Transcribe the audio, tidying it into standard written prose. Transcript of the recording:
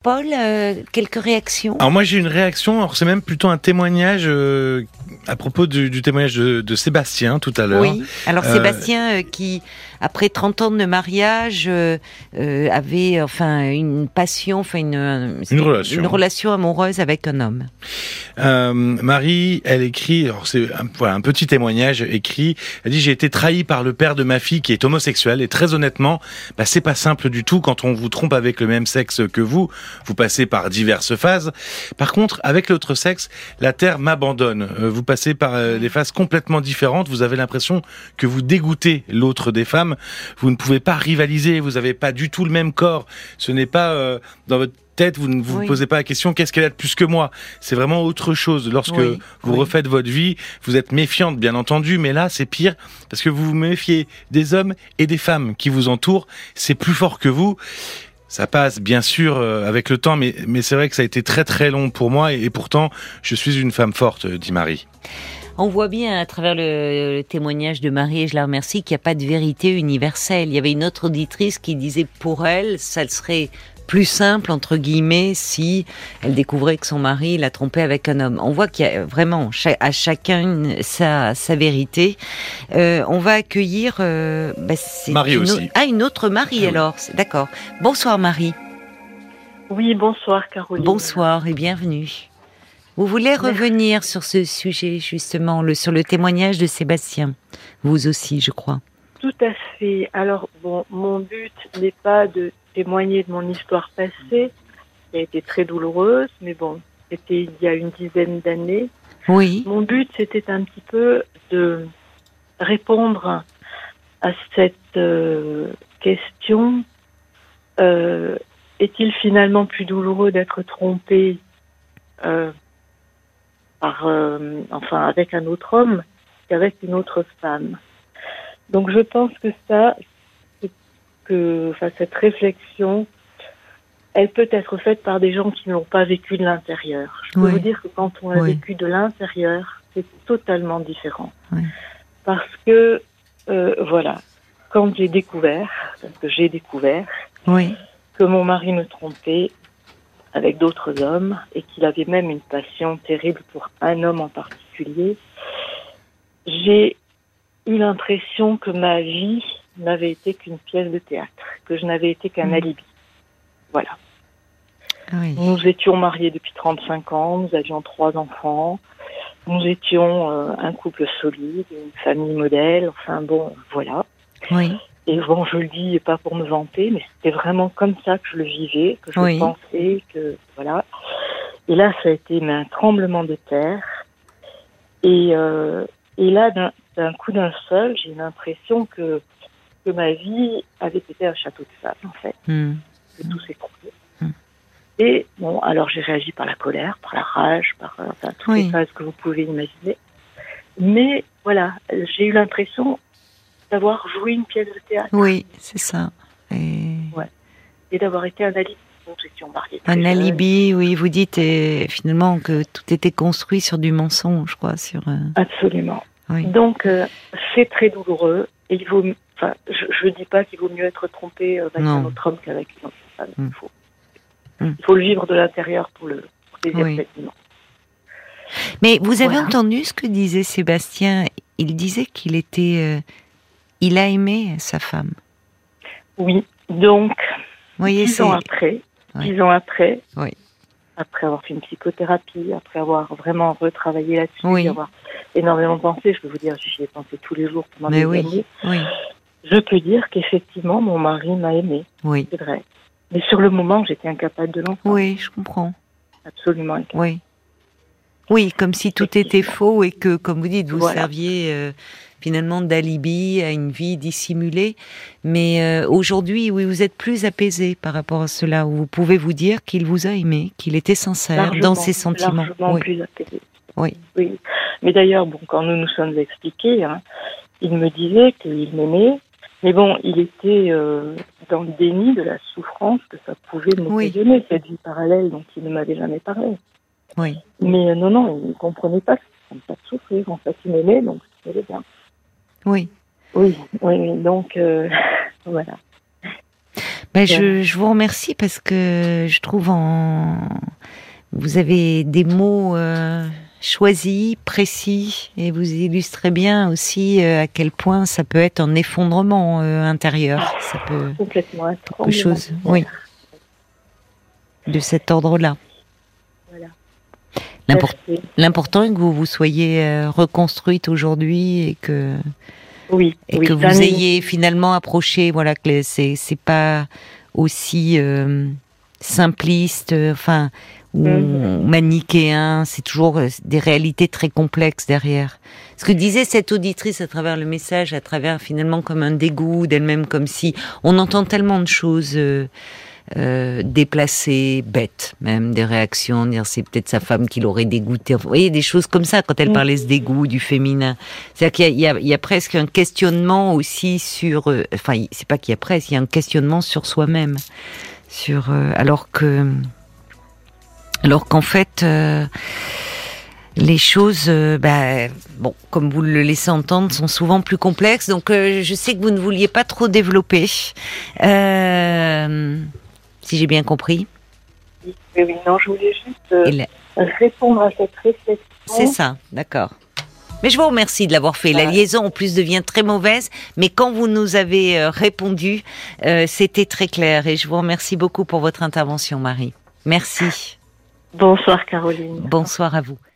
Paul, quelques réactions? Alors moi j'ai une réaction, alors c'est même plutôt un témoignage à propos du témoignage de Sébastien tout à l'heure. Oui, alors Sébastien qui, après 30 ans de mariage, avait une passion, une relation amoureuse avec un homme. Marie, elle écrit, alors c'est un petit témoignage écrit, elle dit: j'ai été trahie par le père de ma fille qui est homosexuel et très honnêtement, c'est pas simple du tout quand on vous trompe avec le même sexe que vous passez par diverses phases. Par contre, avec l'autre sexe, la terre m'abandonne. Vous passez par des phases complètement différentes, vous avez l'impression que vous dégoûtez l'autre des femmes, vous ne pouvez pas rivaliser, vous n'avez pas du tout le même corps, ce n'est pas dans votre tête, vous ne vous posez pas la question qu'est-ce qu'elle a de plus que moi. C'est vraiment autre chose. Lorsque vous refaites votre vie, vous êtes méfiante bien entendu, mais là c'est pire parce que vous vous méfiez des hommes et des femmes qui vous entourent. C'est plus fort que vous. Ça passe bien sûr avec le temps, mais c'est vrai que ça a été très très long pour moi et pourtant je suis une femme forte, dit Marie. On voit bien à travers le témoignage de Marie, et je la remercie, qu'il n'y a pas de vérité universelle. Il y avait une autre auditrice qui disait pour elle, ça serait plus simple, entre guillemets, si elle découvrait que son mari la trompait avec un homme. On voit qu'il y a vraiment à chacun sa vérité. On va accueillir... Marie aussi. Une autre Marie alors, d'accord. Bonsoir Marie. Oui, bonsoir Caroline. Bonsoir et bienvenue. Vous voulez revenir sur ce sujet, justement, sur le témoignage de Sébastien. Vous aussi, je crois. Tout à fait. Alors, mon but n'est pas de témoigner de mon histoire passée, qui a été très douloureuse, mais c'était il y a une dizaine d'années. Oui. Mon but, c'était un petit peu de répondre à cette question. Est-il finalement plus douloureux d'être trompé avec un autre homme qu'avec une autre femme? Donc je pense que cette réflexion, elle peut être faite par des gens qui ne l'ont pas vécu de l'intérieur. Je peux vous dire que quand on l'a vécu de l'intérieur, c'est totalement différent. Oui. Parce que, quand j'ai découvert que mon mari me trompait avec d'autres hommes et qu'il avait même une passion terrible pour un homme en particulier, j'ai eu l'impression que ma vie n'avait été qu'une pièce de théâtre, que je n'avais été qu'un alibi. Voilà. Oui. Nous étions mariés depuis 35 ans, nous avions 3 enfants, nous étions un couple solide, une famille modèle, voilà. Oui. Et je le dis pas pour me vanter, mais c'était vraiment comme ça que je le vivais, que je pensais, que voilà. Et là, ça a été un tremblement de terre. Et là, d'un coup d'un seul, j'ai l'impression que ma vie avait été un château de sable, en fait. Que tout s'écroulait. Et alors j'ai réagi par la colère, par la rage, par toutes les phases que vous pouvez imaginer. Mais voilà, j'ai eu l'impression d'avoir joué une pièce de théâtre. Oui, c'est ça. Et d'avoir été un alibi. J'étais mariée un alibi, oui, vous dites finalement que tout était construit sur du mensonge, je crois. Absolument. Oui. Donc, c'est très douloureux. Et je dis pas qu'il vaut mieux être trompé avec un autre homme qu'avec une autre femme. Il faut le vivre de l'intérieur pour le saisir pleinement. Mais vous avez entendu ce que disait Sébastien? Il disait qu'il était... il a aimé sa femme. Oui, donc, voyez, 10 ans après, après avoir fait une psychothérapie, après avoir vraiment retravaillé là-dessus, avoir énormément pensé, je peux vous dire, j'y ai pensé tous les jours pendant des années, je peux dire qu'effectivement, mon mari m'a aimée, c'est vrai. Mais sur le moment, j'étais incapable de l'entendre. Oui, je comprends. Absolument incapable. Oui, comme si tout était faux et que, comme vous dites, vous serviez finalement d'alibi à une vie dissimulée. Mais aujourd'hui, oui, vous êtes plus apaisé par rapport à cela, où vous pouvez vous dire qu'il vous a aimé, qu'il était sincère dans ses sentiments. Largement plus apaisé. Oui. Mais d'ailleurs, quand nous nous sommes expliqués, il me disait qu'il m'aimait, mais il était dans le déni de la souffrance que ça pouvait m'occasionner, cette vie parallèle dont il ne m'avait jamais parlé. Oui. Mais non, il ne comprenait pas que ça me faisait souffrir. En fait, il m'aimait, donc c'était bien. Oui. Oui, donc voilà. Je vous remercie parce que je trouve vous avez des mots choisis, précis, et vous illustrez bien aussi à quel point ça peut être un effondrement intérieur. Ça peut complètement être quelque chose, oui, de cet ordre-là. Voilà. L'important est que vous soyez reconstruite aujourd'hui et que que vous ayez finalement approché, voilà, que c'est pas aussi simpliste, ou manichéen. C'est toujours des réalités très complexes derrière. Ce que disait cette auditrice à travers le message, à travers finalement comme un dégoût d'elle-même, comme si on entend tellement de choses déplacées, bêtes, même des réactions, dire c'est peut-être sa femme qui l'aurait dégoûté. Vous voyez, des choses comme ça quand elle parlait ce dégoût du féminin. C'est-à-dire qu'il y a presque un questionnement aussi sur. C'est pas qu'il y a presque, il y a un questionnement sur soi-même, alors qu'en fait. Les choses, comme vous le laissez entendre, sont souvent plus complexes. Donc, je sais que vous ne vouliez pas trop développer, si j'ai bien compris. Oui, non, je voulais juste répondre à cette réflexion. C'est ça, d'accord. Mais je vous remercie de l'avoir fait. La liaison, en plus, devient très mauvaise. Mais quand vous nous avez répondu, c'était très clair. Et je vous remercie beaucoup pour votre intervention, Marie. Merci. Bonsoir, Caroline. Bonsoir à vous.